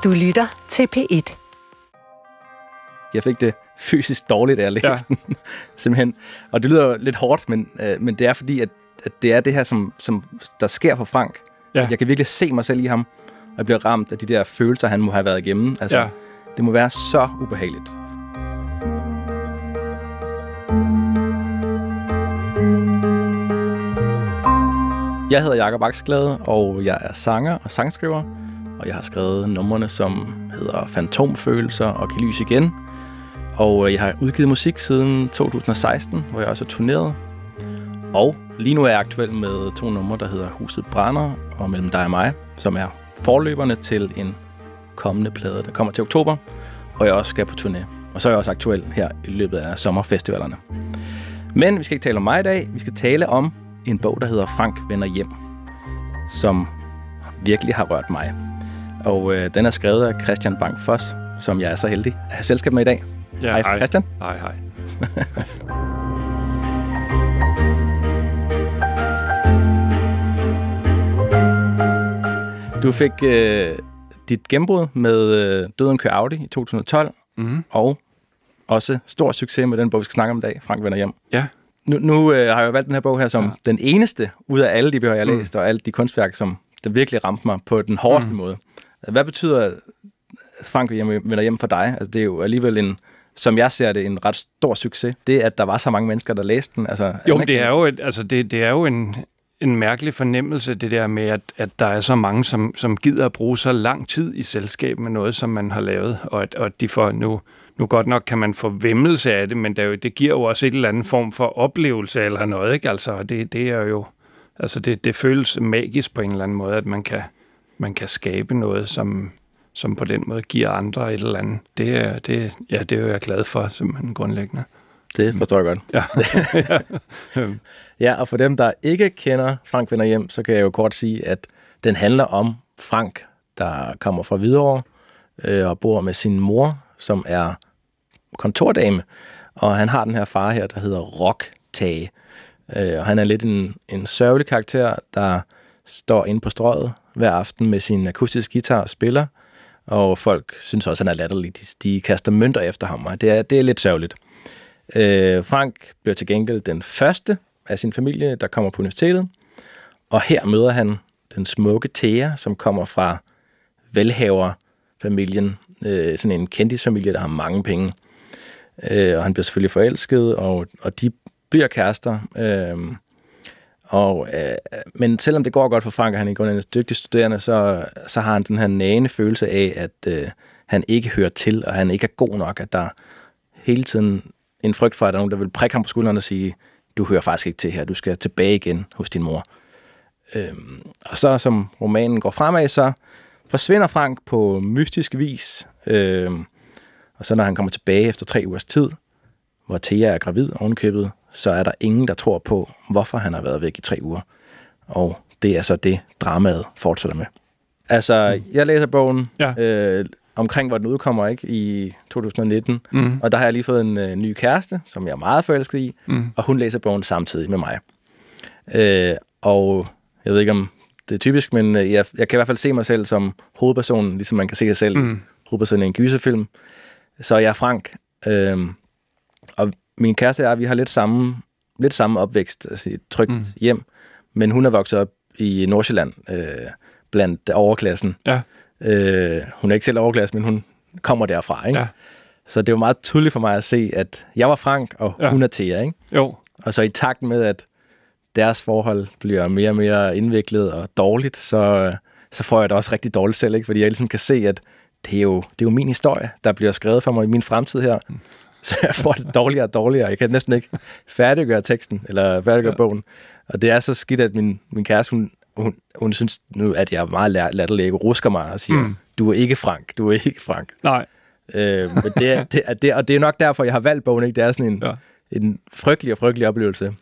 Du lytter til P1. Jeg fik det fysisk dårligt, da jeg læste den. Simpelthen. Og det lyder lidt hårdt, men det er fordi, at det er det her, som der sker for Frank. Ja. Jeg kan virkelig se mig selv i ham, og jeg bliver ramt af de der følelser, han må have været igennem. Altså, det må være så ubehageligt. Jeg hedder Jakob Aksglade, og jeg er sanger og sangskriver, og jeg har skrevet numrene, som hedder Fantomfølelser og Kan lys igen. Og jeg har udgivet musik siden 2016, hvor jeg også har turneret. Og lige nu er jeg aktuel med 2 numre, der hedder Huset brænder og Mellem dig og mig, som er forløberne til en kommende plade, der kommer til oktober, hvor jeg også skal på turné. Og så er jeg også aktuel her i løbet af sommerfestivalerne. Men vi skal ikke tale om mig i dag. Vi skal tale om en bog, der hedder Frank vender hjem, som virkelig har rørt mig. Og den er skrevet af Christian Bang-Foss, som jeg er så heldig at have selskab med i dag. Ja, hej Christian. Hej. Du fik dit gennembrud med Døden kører Audi i 2012, og også stor succes med den bog, vi skal snakke om i dag, Frank vender hjem. Ja. Nu har jeg valgt den her bog her som den eneste ud af alle de bøger, jeg har læst, og alle de kunstværker, som der virkelig ramte mig på den hårdeste måde. Hvad betyder Frank vender hjem for dig? Altså, det er jo alligevel som jeg ser det, en ret stor succes. Det, at der var så mange mennesker, der læste den. Altså, jo, men det er jo en mærkelig fornemmelse, det der med, at der er så mange, som gider at bruge så lang tid i selskab med noget, som man har lavet, og at de får nu godt nok kan man få væmmelse af det, men det giver jo også et eller andet form for oplevelse eller noget, ikke? Altså, det er jo, altså det føles magisk på en eller anden måde, at man kan skabe noget, som på den måde giver andre et eller andet. Det er jo jeg glad for, simpelthen grundlæggende. Det forstår jeg godt. Ja. Ja, og for dem, der ikke kender Frank vender hjem, så kan jeg jo kort sige, at den handler om Frank, der kommer fra Hvidovre og bor med sin mor, som er kontordame, og han har den her far her, der hedder Rocktage. Og han er lidt en sørgelig karakter, der står inde på strøget hver aften med sin akustiske guitar og spiller, og folk synes også, han er latterlig. De kaster mønter efter ham, og det er lidt sørgeligt. Frank bliver til gengæld den første af sin familie, der kommer på universitetet, og her møder han den smukke Thea, som kommer fra velhaverfamilien, sådan en kendisfamilie, der har mange penge. Og han bliver selvfølgelig forelsket, og de bliver kærester. Men selvom det går godt for Frank, og han er i grunden en dygtig studerende, så har han den her nagende følelse af, at han ikke hører til, og han ikke er god nok, at der hele tiden en frygt for, at der er nogen, der vil prikke ham på skulderen og sige, du hører faktisk ikke til her, du skal tilbage igen hos din mor. Og så som romanen går fremad, så forsvinder Frank på mystisk vis. Og så når han kommer tilbage efter 3 ugers tid, hvor Thea er gravid ovenkøbet, så er der ingen, der tror på, hvorfor han har været væk i 3 uger. Og det er så det, dramaet fortsætter med. Altså, jeg læser bogen omkring, hvor den udkommer, ikke, i 2019. Og der har jeg lige fået en ny kæreste, som jeg er meget forelsket i, og hun læser bogen samtidig med mig. Og jeg ved ikke, om det er typisk, men jeg kan i hvert fald se mig selv som hovedpersonen, ligesom man kan se sig selv hovedpersonen i en gyserfilm. Så jeg er Frank. Og min kæreste og jeg, vi har lidt samme opvækst, altså et trygt hjem, men hun er vokset op i Nordsjælland blandt overklassen. Ja. Hun er ikke selv overklasse, men hun kommer derfra, ikke? Ja. Så det var meget tydeligt for mig at se, at jeg var Frank, og hun er Thea, ikke? Jo. Og så i takt med, at deres forhold bliver mere og mere indviklet og dårligt, så får jeg det også rigtig dårligt selv, ikke? Fordi jeg ligesom kan se, at det er jo min historie, der bliver skrevet for mig i min fremtid her. Så jeg får det dårligere og dårligere. Jeg kan næsten ikke færdiggøre teksten, eller færdiggøre bogen. Og det er så skidt, at min kæreste, hun synes nu, at jeg er meget latterlig, ikke rusker mig og siger, du er ikke Frank, du er ikke Frank. Nej. Men det er nok derfor, jeg har valgt bogen, ikke? Det er sådan en frygtelig oplevelse.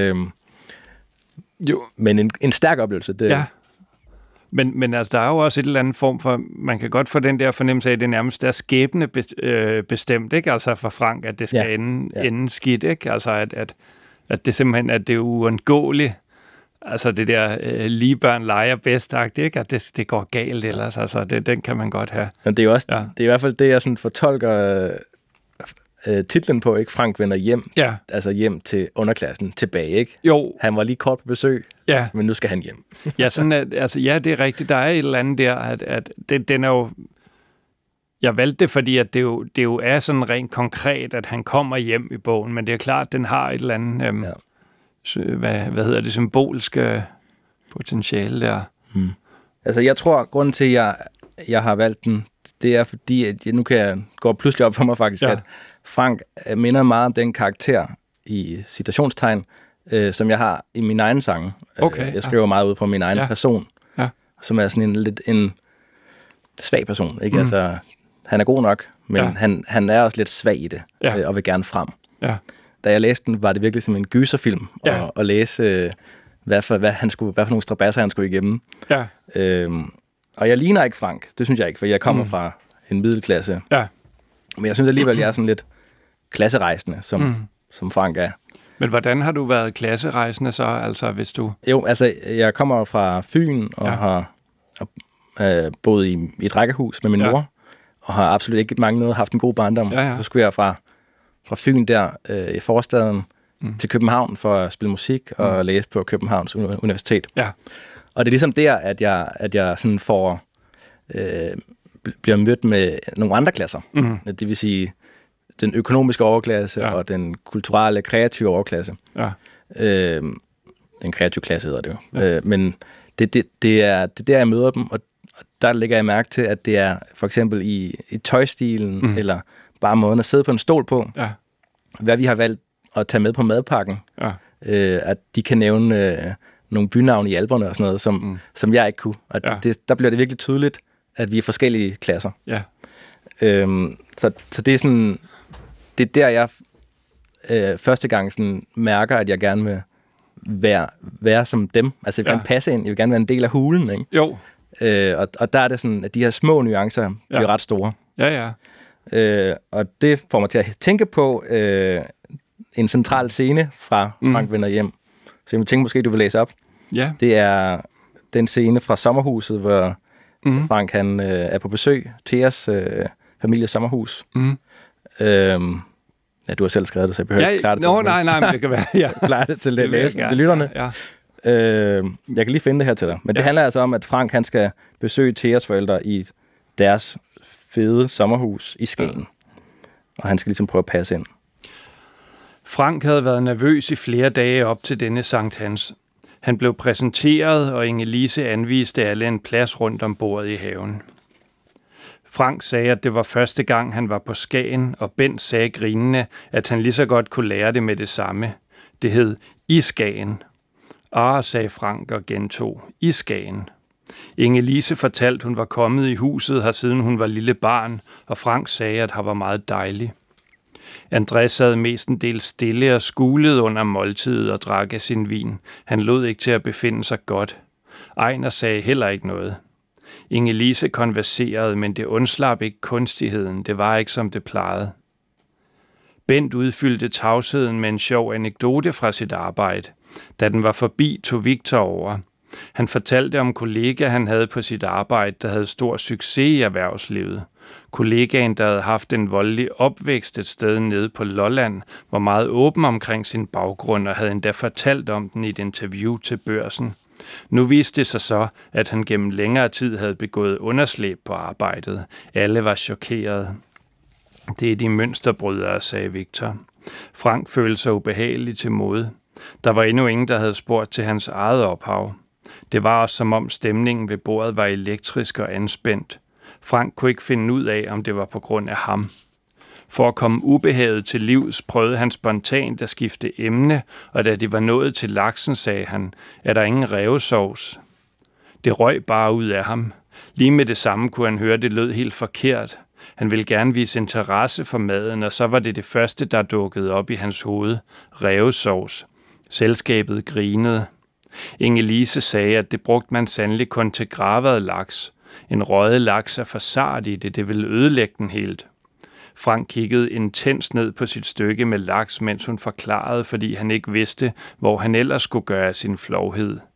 Jo. Men en stærk oplevelse. Det. Ja. Men altså, der er jo også et eller andet form for, man kan godt få den der fornemmelse af, at det nærmest er skæbne bestemt, ikke? Altså for Frank, at det skal ende skidt, ikke? Altså at det simpelthen, at det er uundgåeligt, altså det der lige børn leger bedst, ikke? At det går galt ellers. Altså, den kan man godt have. Men det er jo også, det er i hvert fald det, jeg sådan fortolker titlen på, ikke? Frank vender hjem. Ja. Altså hjem til underklassen tilbage, ikke? Jo. Han var lige kort på besøg, men nu skal han hjem. Ja, sådan at, altså, ja, det er rigtigt. Der er et eller andet der, at den er jo... Jeg valgte det, fordi at det jo er sådan rent konkret, at han kommer hjem i bogen, men det er klart, at den har et eller andet, hvad hedder det, symbolske potentiale der. Altså, jeg tror, grunden til, at jeg har valgt den, det er fordi, at nu kan jeg gå pludselig op for mig faktisk, at Frank minder meget om den karakter i citationstegn, som jeg har i min egen sange. Okay, jeg skriver meget ud fra min egen person, som er sådan en svag person, ikke? Altså, han er god nok, men han er også lidt svag i det, og vil gerne frem. Ja. Da jeg læste den, var det virkelig som en gyserfilm, at læse, hvad for nogle strabasser han skulle igennem. Ja. Og jeg ligner ikke Frank, det synes jeg ikke, for jeg kommer fra en middelklasse. Ja. Men jeg synes alligevel, jeg er sådan lidt klasserejsende, som Frank er. Men hvordan har du været klasserejsende så, altså hvis du... Jo, altså jeg kommer fra Fyn og har boet i et rækkehus med min mor, og har absolut ikke manglet haft en god barndom. Så skulle jeg fra Fyn der i forstaden til København for at spille musik og læse på Københavns Universitet. Ja. Og det er ligesom der, at jeg sådan får bliver mødt med nogle andre klasser. Det vil sige den økonomiske overklasse og den kulturelle, kreative overklasse. Ja. Den kreative klasse hedder det jo. Ja. Men det er der, jeg møder dem, og der lægger jeg mærke til, at det er for eksempel i tøjstilen, eller bare måden at sidde på en stol på, hvad vi har valgt at tage med på madpakken, at de kan nævne nogle bynavne i Alperne og sådan noget, som jeg ikke kunne. Og der bliver det virkelig tydeligt, at vi er forskellige klasser. Ja. Så det er sådan, det er der, jeg første gang sådan mærker, at jeg gerne vil være som dem. Altså jeg vil gerne passe ind, jeg vil gerne være en del af hulen, ikke? Jo. Og der er det sådan, at de her små nuancer bliver ret store. Ja, ja. Og det får mig til at tænke på en central scene fra Frank vender hjem. Så jeg tænker måske, du vil læse op. Ja. Det er den scene fra sommerhuset, hvor Frank han er på besøg. Theas families sommerhus. Ja, du har selv skrevet det, så jeg behøver ikke klare det til nej, men det kan være. Ja. Klare det til læserne, til lytterne. Ja. Jeg kan lige finde det her til dig. Men det handler altså om, at Frank han skal besøge Theas forældre i deres fede sommerhus i Skagen. Og han skal ligesom prøve at passe ind. Frank havde været nervøs i flere dage op til denne Sankt Hans. Han blev præsenteret, og Inge-Lise anviste alle en plads rundt om bordet i haven. Frank sagde, at det var første gang, han var på Skagen, og Bent sagde grinende, at han lige så godt kunne lære det med det samme. Det hed i Skagen. Sagde Frank og gentog, i Skagen. Inge-Lise fortalte, hun var kommet i huset her siden hun var lille barn, og Frank sagde, at han var meget dejlig. André sad mestendels stille og skulede under måltidet og drak af sin vin. Han lod ikke til at befinde sig godt. Ejner sagde heller ikke noget. Inge-Lise konverserede, men det undslap ikke kunstigheden. Det var ikke, som det plejede. Bent udfyldte tavsheden med en sjov anekdote fra sit arbejde. Da den var forbi, tog Victor over. Han fortalte om kollega, han havde på sit arbejde, der havde stor succes i erhvervslivet. Kollegaen, der havde haft en voldelig opvækst et sted nede på Lolland, var meget åben omkring sin baggrund og havde endda fortalt om den i et interview til Børsen. Nu viste det sig så, at han gennem længere tid havde begået underslæb på arbejdet. Alle var chokerede. Det er de mønsterbrydere, sagde Victor. Frank følte sig ubehageligt til mode. Der var endnu ingen, der havde spurgt til hans eget ophav. Det var også som om stemningen ved bordet var elektrisk og anspændt. Frank kunne ikke finde ud af, om det var på grund af ham. For at komme ubehaget til livs, prøvede han spontant at skifte emne, og da de var nået til laksen, sagde han, er der ingen rævesovs? Det røg bare ud af ham. Lige med det samme kunne han høre, det lød helt forkert. Han ville gerne vise interesse for maden, og så var det første, der dukkede op i hans hoved. Rævesovs. Selskabet grinede. Inge-Lise sagde, at det brugte man sandelig kun til gravet laks. En røget laks er for sart i det ville ødelægge den helt. Frank kiggede intens ned på sit stykke med laks, mens hun forklarede, fordi han ikke vidste, hvor han ellers skulle gøre sin flovhed.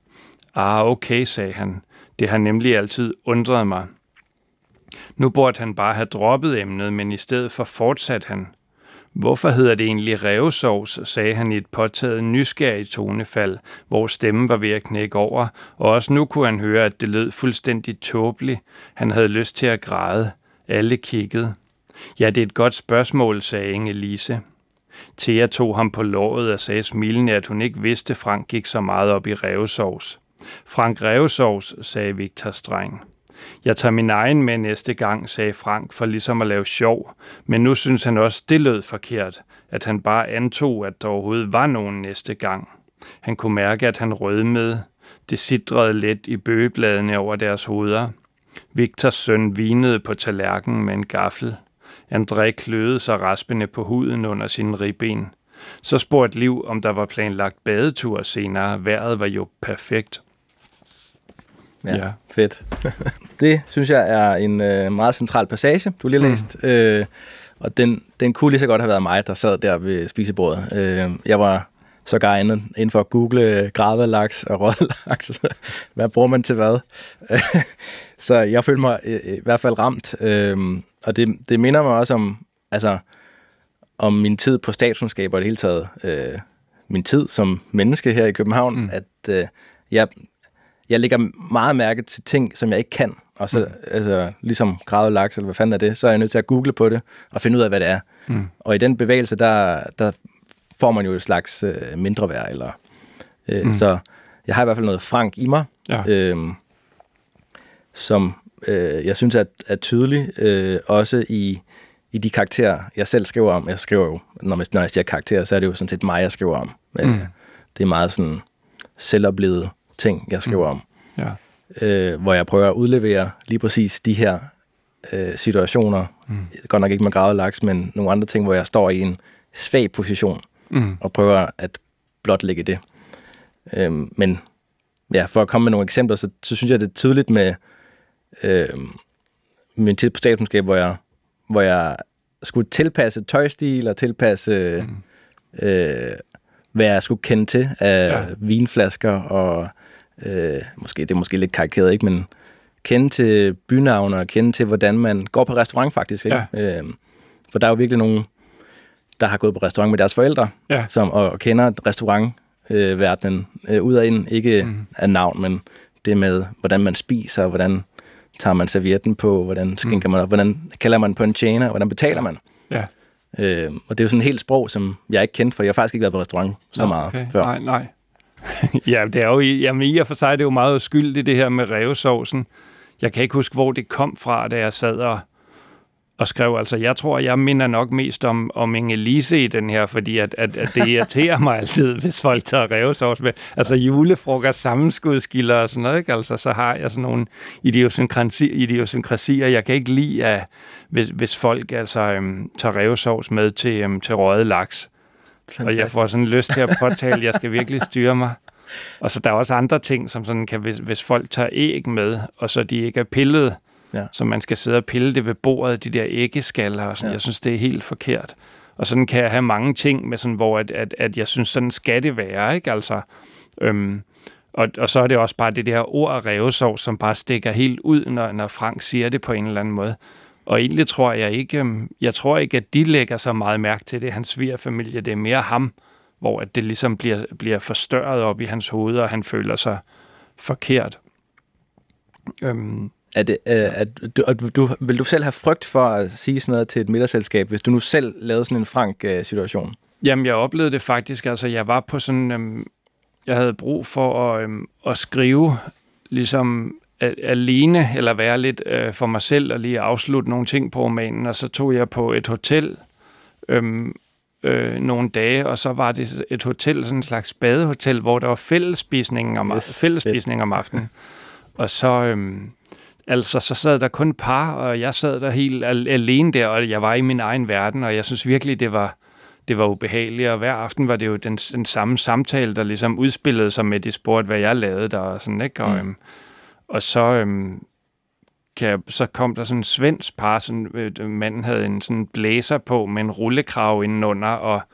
Okay, sagde han. Det har nemlig altid undret mig. Nu burde han bare have droppet emnet, men i stedet for fortsat han. Hvorfor hedder det egentlig rævesovs, sagde han i et påtaget nysgerrigt tonefald, hvor stemmen var ved at knække over, og også nu kunne han høre, at det lød fuldstændig tåbeligt. Han havde lyst til at græde. Alle kiggede. Ja, det er et godt spørgsmål, sagde Inge-Lise. Thea tog ham på låret og sagde smilende, at hun ikke vidste, Frank gik så meget op i rævesovs. Frank rævesovs, sagde Victor streng. Jeg tager min egen med næste gang, sagde Frank, for ligesom at lave sjov, men nu synes han også, det lød forkert, at han bare antog, at der overhovedet var nogen næste gang. Han kunne mærke, at han rødmede. Det sidrede let i bøgebladene over deres hoveder. Victors søn vinede på tallerkenen med en gaffel. André kløede sig raspende på huden under sine ribben. Så spurgte Liv, om der var planlagt badetur senere. Vejret var jo perfekt. Ja. Fedt. Det, synes jeg, er en meget central passage, du lige har læst. Og den kunne lige så godt have været mig, der sad der ved spisebordet. Jeg var sågar inden for at google gravet laks og røget laks. Hvad bruger man til hvad? Så jeg følte mig i hvert fald ramt. Og det minder mig også om min tid på statskundskab og det hele taget. Min tid som menneske her i København. At jeg lægger meget mærke til ting, som jeg ikke kan. Og så ligesom gravet laks, eller hvad fanden er det, så er jeg nødt til at google på det og finde ud af, hvad det er. Og i den bevægelse, der får man jo et slags mindre værd. Så jeg har i hvert fald noget Frank i mig, som jeg synes er tydelig, også i de karakterer, jeg selv skriver om. Jeg skriver jo, når jeg siger karakterer, så er det jo sådan set mig, jeg skriver om. Det er meget sådan selvoplevet ting, jeg skriver om. Hvor jeg prøver at udlevere lige præcis de her situationer. Godt nok ikke med gravet laks, men nogle andre ting, hvor jeg står i en svag position og prøver at blotlægge det. Men ja, for at komme med nogle eksempler, så synes jeg, det er tydeligt med min tid på statskundskab, hvor jeg skulle tilpasse tøjstil og tilpasse hvad jeg skulle kende til af vinflasker og det er måske lidt karikeret, ikke, men kende til bynavne og kende til, hvordan man går på restaurant faktisk. Ikke? For der er jo virkelig nogen, der har gået på restaurant med deres forældre, og kender restaurantverdenen ud og ind, ikke af navn, men det med, hvordan man spiser, hvordan tager man servietten på, hvordan skænker man op, hvordan kalder man på en tjener, hvordan betaler man. Og det er jo sådan et helt sprog, som jeg ikke kendte, for jeg har faktisk ikke været på restaurant så meget før. Nej. Ja, det er jo i og for sig, det er jo meget uskyldigt, det her med rævesovsen. Jeg kan ikke huske, hvor det kom fra, da jeg sad og skrev. Altså, jeg tror, jeg minder nok mest om Inge-Lise i den her, fordi at det irriterer mig altid, hvis folk tager rævesovs med. Altså, julefrokost, sammenskudskilder og sådan noget, ikke? Altså, så har jeg sådan nogle idiosynkrasier. Jeg kan ikke lide, at hvis folk tager rævesovs med til røget laks. Og jeg får sådan lyst til at påtale, jeg skal virkelig styre mig. Og så der er også andre ting, som sådan kan, hvis folk tager æg med, og så de ikke er pillet, så man skal sidde og pille det ved bordet, de der æggeskaller og sådan. Jeg synes, det er helt forkert. Og sådan kan jeg have mange ting med sådan, hvor at jeg synes, sådan skal det være, ikke? Altså, og så er det også bare det der ord rævesovs, som bare stikker helt ud, når Frank siger det på en eller anden måde. Og egentlig tror jeg ikke, at de lægger så meget mærke til det, hans svigerfamilie. Det er mere ham, hvor at det ligesom bliver forstørret op i hans hoved, og han føler sig forkert. Vil du selv have frygt for at sige sådan noget til et middagsselskab, hvis du nu selv lavede sådan en Frank-situation? Jamen, jeg oplevede det faktisk. Altså, jeg var på sådan... jeg havde brug for at skrive ligesom alene, eller være lidt for mig selv, og lige afslutte nogle ting på romanen, og så tog jeg på et hotel nogle dage, og så var det et hotel, sådan en slags badehotel, hvor der var fællesspisning om aftenen. Og så... så sad der kun par, og jeg sad der helt alene der, og jeg var i min egen verden, og jeg synes virkelig, det var ubehageligt, og hver aften var det jo den samme samtale, der ligesom udspillede sig med, de spurgte, hvad jeg lavede der, og sådan, ikke? Og så kom der sådan en svensk par, sådan, manden havde en sådan blæser på med en rullekrav indenunder,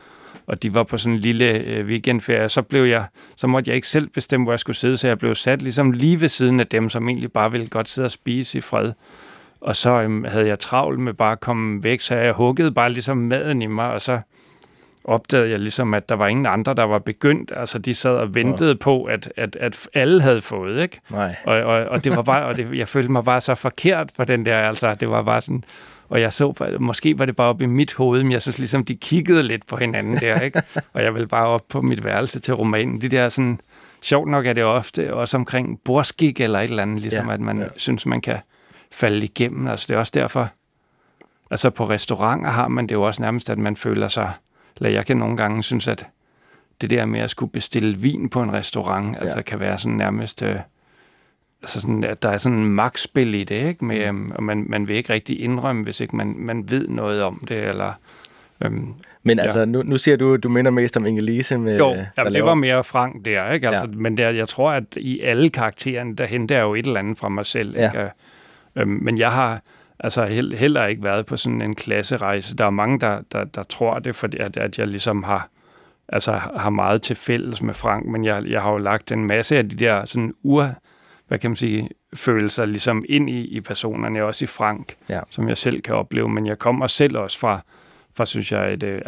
og de var på sådan en lille weekendferie. Så måtte jeg ikke selv bestemme, hvor jeg skulle sidde, så jeg blev sat ligesom lige ved siden af dem, som egentlig bare ville godt sidde og spise i fred. Og så havde jeg travlt med bare at komme væk, så jeg huggede bare ligesom maden i mig, og så opdagede jeg ligesom, at der var ingen andre, der var begyndt. Altså, de sad og ventede på, at alle havde fået, ikke? Nej. Og det var bare, jeg følte mig bare så forkert på den der, altså, det var bare sådan, og jeg så, måske var det bare oppe i mit hoved, men jeg synes ligesom, de kiggede lidt på hinanden der, ikke? Og jeg ville bare op på mit værelse til romanen. De der sådan, sjovt nok er det ofte også omkring bordskik eller et eller andet, ligesom at man synes, man kan falde igennem. Altså, det er også derfor, altså på restauranter har man det jo også nærmest, at man føler sig, eller jeg kan nogle gange synes, at det der med at skulle bestille vin på en restaurant, altså kan være sådan nærmest, altså sådan, at der er sådan en magtspil i det, ikke? Med, og man vil ikke rigtig indrømme, hvis ikke man ved noget om det, eller... Men altså, nu siger du minder mest om Inge-Lise med... Jo, det var mere Frank der, ikke? Altså, men jeg tror, at i alle karaktererne, der henter jeg jo et eller andet fra mig selv, ikke? Men jeg har altså heller ikke været på sådan en klasserejse. Der er mange, der tror det, fordi at jeg ligesom har meget til fælles med Frank, men jeg har jo lagt en masse af de der sådan hvad kan man sige, følelser ligesom ind i personerne, også i Frank, som jeg selv kan opleve, men jeg kommer selv også fra synes jeg,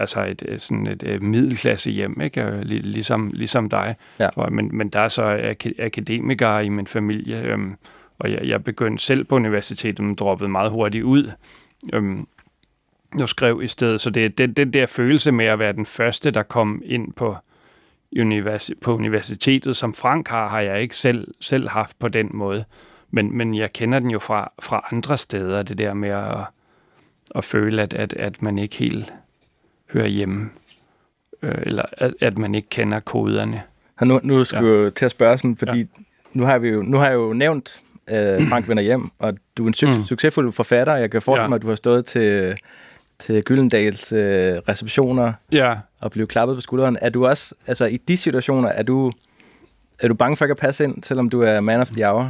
et middelklasse hjem, ikke? Ligesom dig. Ja. Men der er så akademikere i min familie, og jeg begyndte selv på universitetet, men droppede meget hurtigt ud. Jeg skrev i stedet, så det er den der følelse med at være den første, der kom ind på universitetet, som Frank har jeg ikke selv haft på den måde. Men jeg kender den jo fra andre steder, det der med at føle, at man ikke helt hører hjemme, eller at man ikke kender koderne. Nu skal jeg til at spørge sådan, fordi nu har jeg jo nævnt Frank vender hjem, og du er en succesfuld forfatter. Jeg kan forestille mig, at du har stået til Gyldendals receptioner og blive klappet på skulderen. Er du også, altså i de situationer, er du bange for ikke at passe ind, selvom du er man of the hour?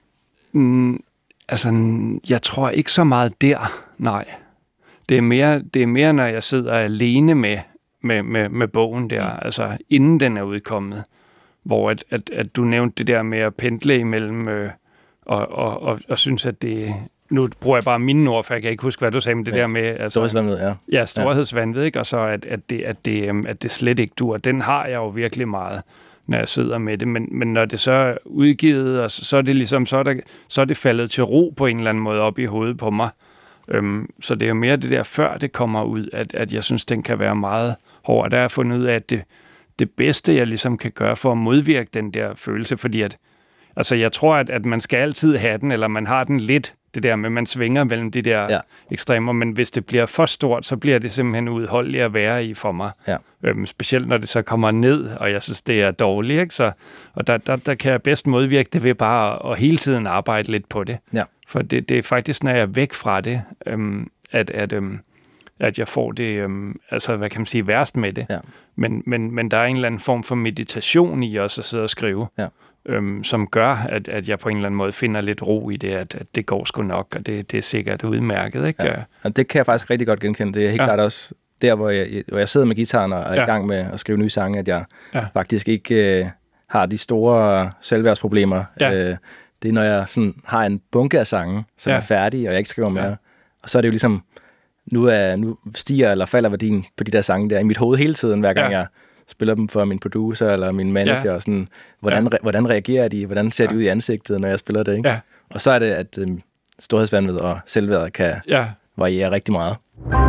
Jeg tror ikke så meget der, nej. Det er mere, når jeg sidder alene med bogen der, altså inden den er udkommet, hvor at du nævnte det der med at pendle imellem og synes, at det... Nu bruger jeg bare mine ord, for jeg kan ikke huske, hvad du sagde, men det der med... Altså, storhedsvanvid, Ja, storhedsvanvid, ikke? Og så at det slet ikke dur. Den har jeg jo virkelig meget, når jeg sidder med det. Men når det så er udgivet, og så er det ligesom, så er det faldet til ro på en eller anden måde op i hovedet på mig. Så det er jo mere det der, før det kommer ud, at jeg synes, den kan være meget hård. Der har jeg fundet ud af, at det bedste, jeg ligesom kan gøre for at modvirke den der følelse, fordi at altså, jeg tror, at man skal altid have den, eller man har den lidt, det der med, man svinger mellem de der ekstremer, men hvis det bliver for stort, så bliver det simpelthen udholdeligt at være i for mig. Ja. Specielt når det så kommer ned, og jeg synes, det er dårligt, ikke? Så, og der kan jeg bedst modvirke det ved bare at hele tiden arbejde lidt på det. Ja. For det er faktisk, når jeg er væk fra det, at jeg får det, altså hvad kan man sige, værst med det. Ja. Men der er en eller anden form for meditation i også at sidde og skrive. Ja. Som gør, at jeg på en eller anden måde finder lidt ro i det, at det går sgu nok, og det er sikkert udmærket, ikke? Ja. Og det kan jeg faktisk rigtig godt genkende. Det er helt klart også der, hvor jeg sidder med guitaren og er i gang med at skrive nye sange, at jeg faktisk ikke har de store selvværdsproblemer. Det er, når jeg sådan har en bunke af sange, som er færdige, og jeg ikke skriver mere. Og så er det jo ligesom, nu stiger eller falder værdien på de der sange der i mit hoved hele tiden, hver gang jeg spiller dem for min producer eller min manager, og sådan, hvordan reagerer de, hvordan ser de ud i ansigtet, når jeg spiller det, ikke? Ja. Og så er det, at storhedsvanvid og selvværd kan variere rigtig meget.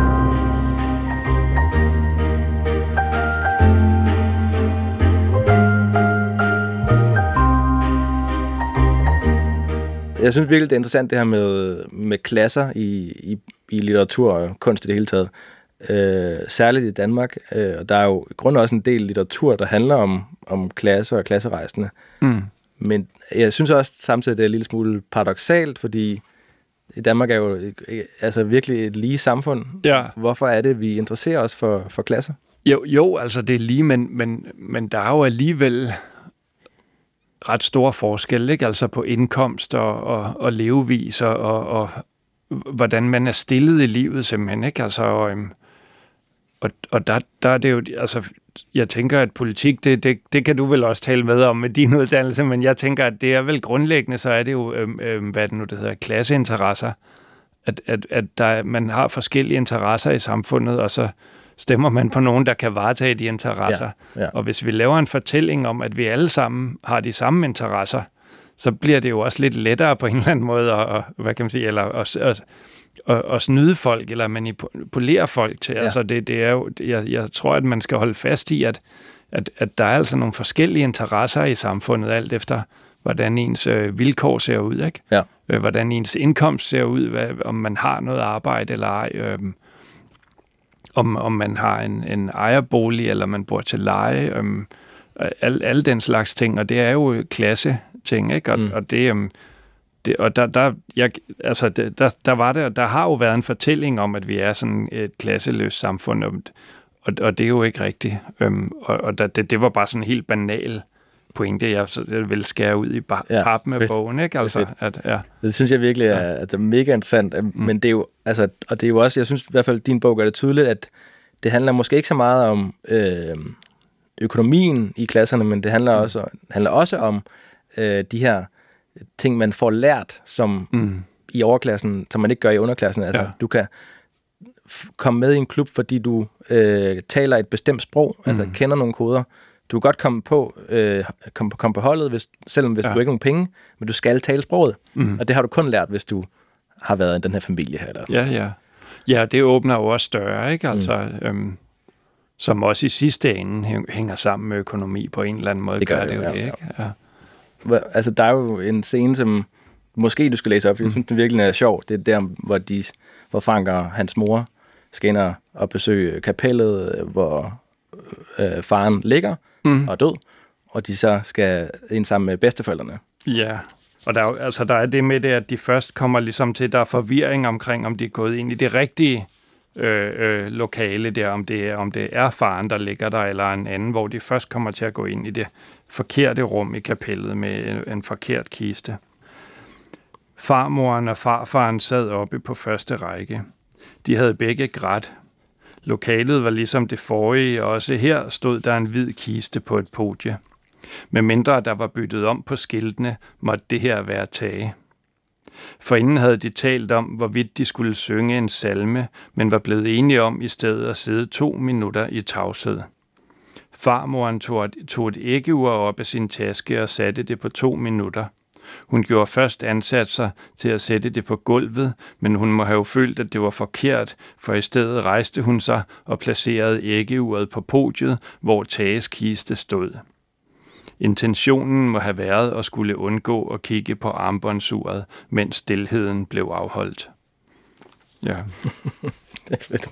Jeg synes virkelig, det er interessant det her med klasser i litteratur og kunst i det hele taget. Særligt i Danmark, og der er jo i grunden også en del litteratur, der handler om klasser og klasserejsende. Men jeg synes også samtidig, det er en lille smule paradoksalt, fordi i Danmark er jo altså virkelig et lige samfund. Ja. Hvorfor er det, vi interesserer os for klasser? Jo, altså det er lige, men der er jo alligevel ret store forskelle, ikke? Altså på indkomst og levevis og hvordan man er stillet i livet simpelthen, ikke? Altså Og der er det jo, altså, jeg tænker, at politik, det kan du vel også tale med om med din uddannelse, men jeg tænker, at det er vel grundlæggende, så er det jo, hvad det nu det hedder, klasseinteresser, at man har forskellige interesser i samfundet, og så stemmer man på nogen, der kan varetage de interesser. Ja. Og hvis vi laver en fortælling om, at vi alle sammen har de samme interesser, så bliver det jo også lidt lettere på en eller anden måde, og hvad kan man sige, eller at snyde folk, eller manipulere folk til. Ja. Altså det er jo, jeg tror, at man skal holde fast i, at der er altså nogle forskellige interesser i samfundet, alt efter, hvordan ens vilkår ser ud, ikke? Ja. Hvordan ens indkomst ser ud, om man har noget arbejde eller ej, om man har en ejerbolig, eller man bor til leje, alle den slags ting, og det er jo klasse ting, ikke? Og der har jo været en fortælling om, at vi er sådan et klasseløst samfund, og det er jo ikke rigtigt. Det var bare sådan en helt banal pointe, jeg vil skære ud i pap med bogen, ikke? Altså, det synes jeg virkelig er mega interessant, men det er jo, altså, og det er jo også, jeg synes i hvert fald, at din bog gør det tydeligt, at det handler måske ikke så meget om økonomien i klasserne, men det handler også om de her ting, man får lært som i overklassen, som man ikke gør i underklassen. Altså, du kan komme med i en klub, fordi du taler et bestemt sprog, altså kender nogle koder. Du kan godt komme på holdet, hvis du ikke har nogen penge, men du skal tale sproget. Og det har du kun lært, hvis du har været i den her familie her. Eller? Ja, det åbner jo også større, ikke? Altså, som også i sidste ende hænger sammen med økonomi på en eller anden måde. Det gør det jo det, ikke? Ja. Altså, der er jo en scene, som måske du skal læse op. Jeg synes, den virkelig er sjov. Det er der, hvor Frank og hans mor skal ind og besøge kapellet, hvor faren ligger og er død, og de så skal ind sammen med bedsteforældrene. Ja, og der er det med det, at de først kommer ligesom til, der er forvirring omkring, om de er gået ind i det rigtige lokale der, om det er faren, der ligger der, eller en anden, hvor de først kommer til at gå ind i det forkerte rum i kapellet med en forkert kiste. Farmoren og farfaren sad oppe på første række. De havde begge grædt. Lokalet var ligesom det forrige, og også her stod der en hvid kiste på et podie. Med mindre der var byttet om på skiltene, måtte det her være tage. Forinden havde de talt om, hvorvidt de skulle synge en salme, men var blevet enige om i stedet at sidde 2 minutter i tavshed. Farmoren tog et æggeur op af sin taske og satte det på 2 minutter. Hun gjorde først ansatser til at sætte det på gulvet, men hun må have følt, at det var forkert, for i stedet rejste hun sig og placerede æggeuret på podiet, hvor Tages kiste stod. Intentionen må have været at skulle undgå at kigge på armbåndsuret, mens stilheden blev afholdt. Ja. Det er fedt.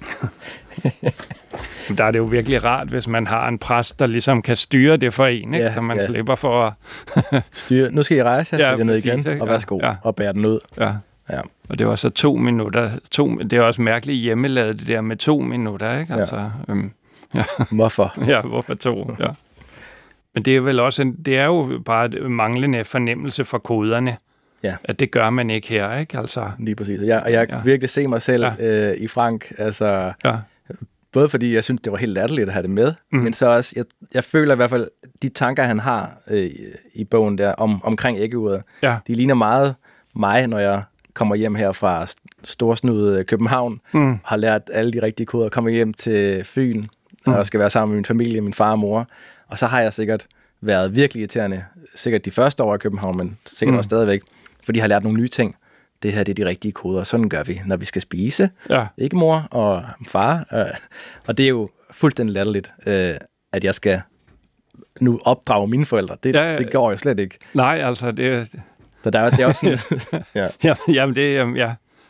Der er det jo virkelig rart, hvis man har en præst, der ligesom kan styre det for en, ikke? Så man slipper for at... styre. Nu skal I rejse jer ned igen, og værsgo, og bære den ud. Ja. Og det var så 2 minutter. Det er også mærkeligt hjemmelavet, det der med 2 minutter, ikke? Altså, Hvorfor? Ja, hvorfor 2? Ja. Men det er vel også det er jo bare et manglende fornemmelse for koderne. Ja. At det gør man ikke her, ikke? Altså. Lige præcis. Jeg kan virkelig se mig selv i Frank, altså... Ja. Både fordi jeg synes, det var helt latterligt at have det med, men så også, jeg føler i hvert fald, de tanker, han har i bogen der, omkring æggeuret, de ligner meget mig, når jeg kommer hjem her fra storsnude København, har lært alle de rigtige koder, kommer hjem til Fyn, og skal være sammen med min familie, min far og mor, og så har jeg sikkert været virkelig irriterende, sikkert de første år i København, men sikkert også stadigvæk, fordi jeg har lært nogle nye ting. Det her, det er de rigtige koder, og sådan gør vi, når vi skal spise. Ja. Ikke mor og far. Og det er jo fuldstændig latterligt, at jeg skal nu opdrage mine forældre. Det går jo slet ikke. Nej, altså det... Så det er også sådan... Jamen det...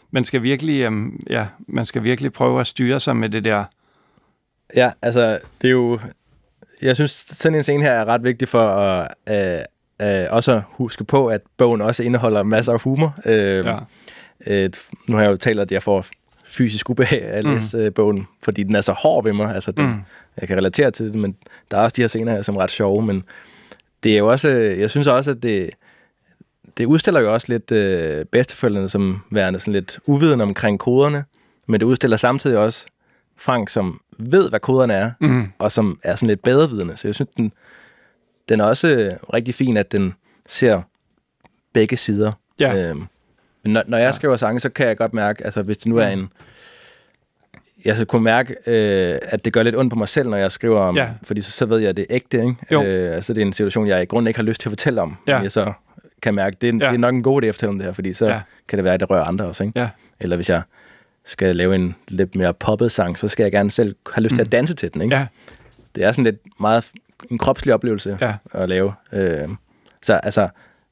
Man skal virkelig prøve at styre sig med det der. Ja, altså, det er jo... Jeg synes, sådan en scene her er ret vigtig for at... også huske på, at bogen også indeholder masser af humor. Nu har jeg jo talt, at jeg får fysisk ubehag af at læse bogen, fordi den er så hård ved mig. Altså, jeg kan relatere til det, men der er også de her scener her, som er ret sjove. Men det er jo også, jeg synes også, at det udstiller jo også lidt bedsteforældrene som værende sådan lidt uvidende omkring koderne, men det udstiller samtidig også Frank, som ved, hvad koderne er, og som er sådan lidt bedrevidende. Så jeg synes, den er også rigtig fin, at den ser begge sider. Ja. Men når jeg skriver sange, så kan jeg godt mærke, altså hvis det nu er en... Jeg så kunne mærke, at det gør lidt ondt på mig selv, når jeg skriver om, fordi så ved jeg, at det er ægte, ikke? Altså det er en situation, jeg i grunden ikke har lyst til at fortælle om. Men jeg så kan mærke, det er nok en god idé at fortælle om det her, fordi så kan det være, at det rører andre også, ikke? Ja. Eller hvis jeg skal lave en lidt mere poppet sang, så skal jeg gerne selv have lyst til at danse til den, ikke? Ja. Det er sådan lidt meget en kropslig oplevelse at lave. Så altså,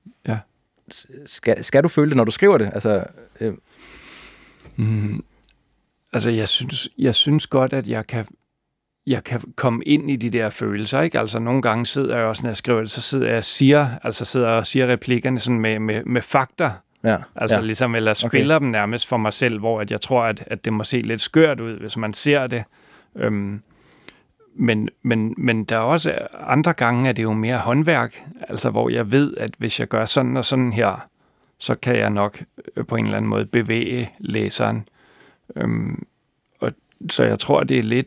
skal du føle det, når du skriver det? Altså, Altså, jeg synes godt, at jeg kan komme ind i de der følelser, ikke? Altså, nogle gange sidder jeg også, når jeg skriver det, så sidder jeg og siger replikkerne sådan med fakta. Ja, altså ligesom, eller spiller dem nærmest for mig selv, hvor at jeg tror, at det må se lidt skørt ud, hvis man ser det. Men der er også andre gange, at det er jo mere håndværk, altså hvor jeg ved, at hvis jeg gør sådan og sådan her, så kan jeg nok på en eller anden måde bevæge læseren. Og så jeg tror, det er lidt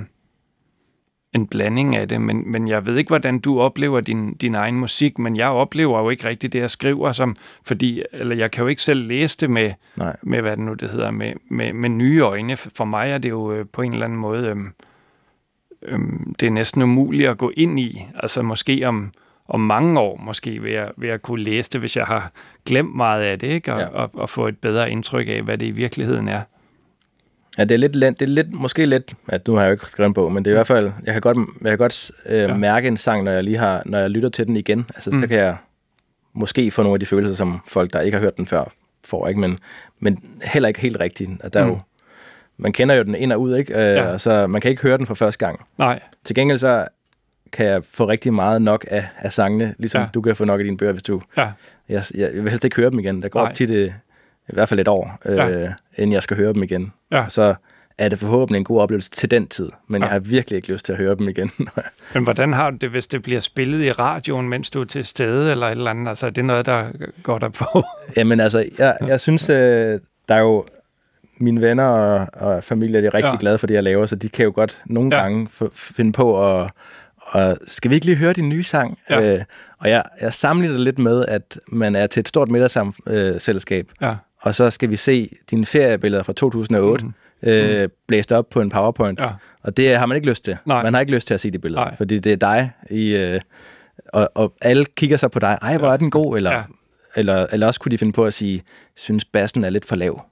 en blanding af det, men jeg ved ikke, hvordan du oplever din egen musik, men jeg oplever jo ikke rigtigt det, jeg skriver, eller jeg kan jo ikke selv læse det med hvad det nu det hedder, med nye øjne. For mig er det jo på en eller anden måde, det er næsten umuligt at gå ind i, altså måske om mange år, måske vil jeg kunne læse det, hvis jeg har glemt meget af det, ikke? Og få et bedre indtryk af, hvad det i virkeligheden er. Ja, det er lidt, måske lidt, at nu har jeg jo ikke skrevet en bog, men det er i hvert fald, jeg kan godt mærke en sang, når jeg lytter til den igen. Altså, så kan jeg måske få nogle af de følelser, som folk, der ikke har hørt den før, får, ikke? Men heller ikke helt rigtigt. At der er jo, man kender jo den ind og ud, ikke? Så man kan ikke høre den for første gang. Nej. Til gengæld så kan jeg få rigtig meget nok af sangene, ligesom du kan få nok af dine bøger, hvis du... Ja. Jeg vil helst ikke høre dem igen. Der går tit i hvert fald et år, inden jeg skal høre dem igen. Ja. Så er det forhåbentlig en god oplevelse til den tid, men jeg har virkelig ikke lyst til at høre dem igen. Men hvordan har du det, hvis det bliver spillet i radioen, mens du er til stede, eller et eller andet? Altså, er det noget, der går der på? Jamen altså, jeg synes, der er jo mine venner og familie, de er rigtig glade for det, jeg laver, så de kan jo godt nogle gange finde på og skal vi ikke lige høre din nye sang? Og jeg sammenligner det lidt med, at man er til et stort middagsselskab, og så skal vi se dine feriebilleder fra 2008 blæst op på en PowerPoint. Ja. Og det har man ikke lyst til. Nej. Man har ikke lyst til at se de billeder, fordi det er dig, og alle kigger så på dig. Ej, hvor er den god? Eller også kunne de finde på at sige, synes bassen er lidt for lav.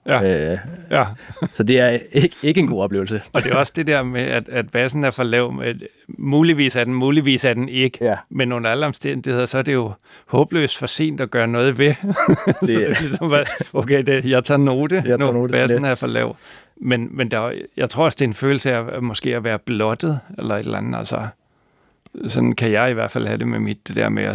Så det er ikke en god oplevelse. Og det er også det der med, at bassen er for lav. Muligvis er den ikke. Ja. Men under alle omstændigheder, så er det jo håbløst for sent at gøre noget ved. Så det er ligesom, okay, jeg tager note, når bassen er for lav. Men jeg tror også, det er en følelse af måske at være blottet, eller et eller andet. Altså, sådan kan jeg i hvert fald have det med det der med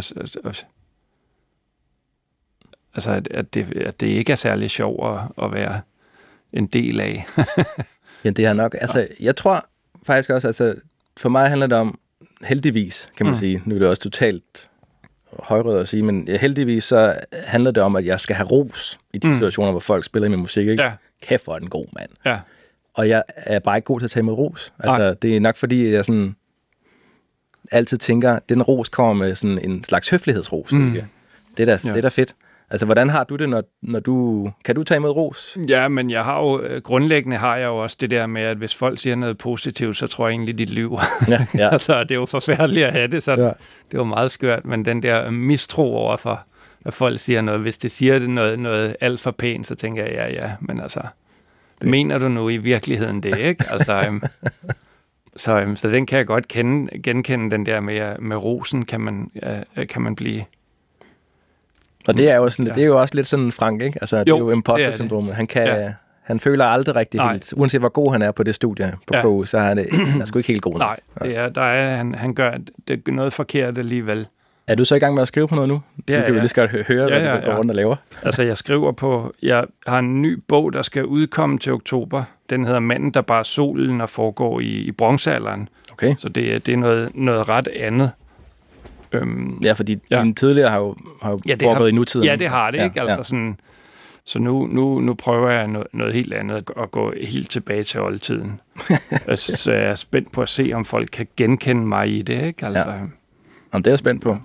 at det ikke er særlig sjovt at være en del af. Ja, det er nok. Altså, jeg tror faktisk også, altså, for mig handler det om, heldigvis, kan man sige, nu er det også totalt højrødt at sige, men heldigvis så handler det om, at jeg skal have ros i de situationer, hvor folk spiller min musik, ikke? Ja. Kæft, hvor er den god, mand. Ja. Og jeg er bare ikke god til at tage imod ros. Altså, det er nok fordi, jeg sådan altid tænker, at den ros kommer med sådan en slags høflighedsros. Det er da fedt. Altså, hvordan har du det, når du... Kan du tage imod ros? Ja, men grundlæggende har jeg jo også det der med, at hvis folk siger noget positivt, så tror jeg egentlig, de lyver. Ja. Altså, det er jo forfærdeligt at have det, så det er jo meget skørt, men den der mistro overfor, at folk siger noget, hvis det siger det noget alt for pænt, så tænker jeg, ja, men altså, mener du nu i virkeligheden det, ikke? Altså, så den kan jeg godt genkende, den der med rosen, kan man blive... Og det er jo sådan, det er jo også lidt sådan Frank, ikke? Altså, det er jo imposter-syndromet. Han føler aldrig rigtig helt, uanset hvor god han er på det studie på KU, så er han sgu ikke helt god nok. Nej, han gør det noget forkert alligevel. Er du så i gang med at skrive på noget nu? Du kan jo lige skal høre, hvad du går rundt og laver. Altså, jeg har en ny bog, der skal udkomme til oktober. Den hedder Manden, der bar solen og foregår i bronzealderen. Okay. Så det er noget ret andet. Ja, fordi dine tidligere har jo foregået i nutiden. Ja, det har det, ikke? Altså sådan... Så nu prøver jeg noget helt andet, at gå helt tilbage til oldtiden. Så jeg er spændt på at se, om folk kan genkende mig i det, ikke? Altså. Ja. Om det er jeg spændt på.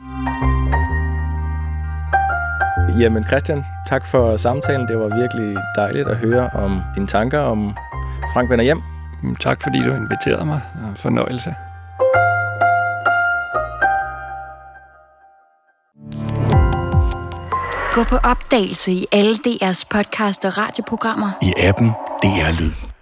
Jamen Christian, tak for samtalen. Det var virkelig dejligt at høre om dine tanker om Frank vender hjem. Tak fordi du inviterede mig. Fornøjelse. Gå på opdagelse i alle DR's podcast og radioprogrammer. I appen DR Lyd.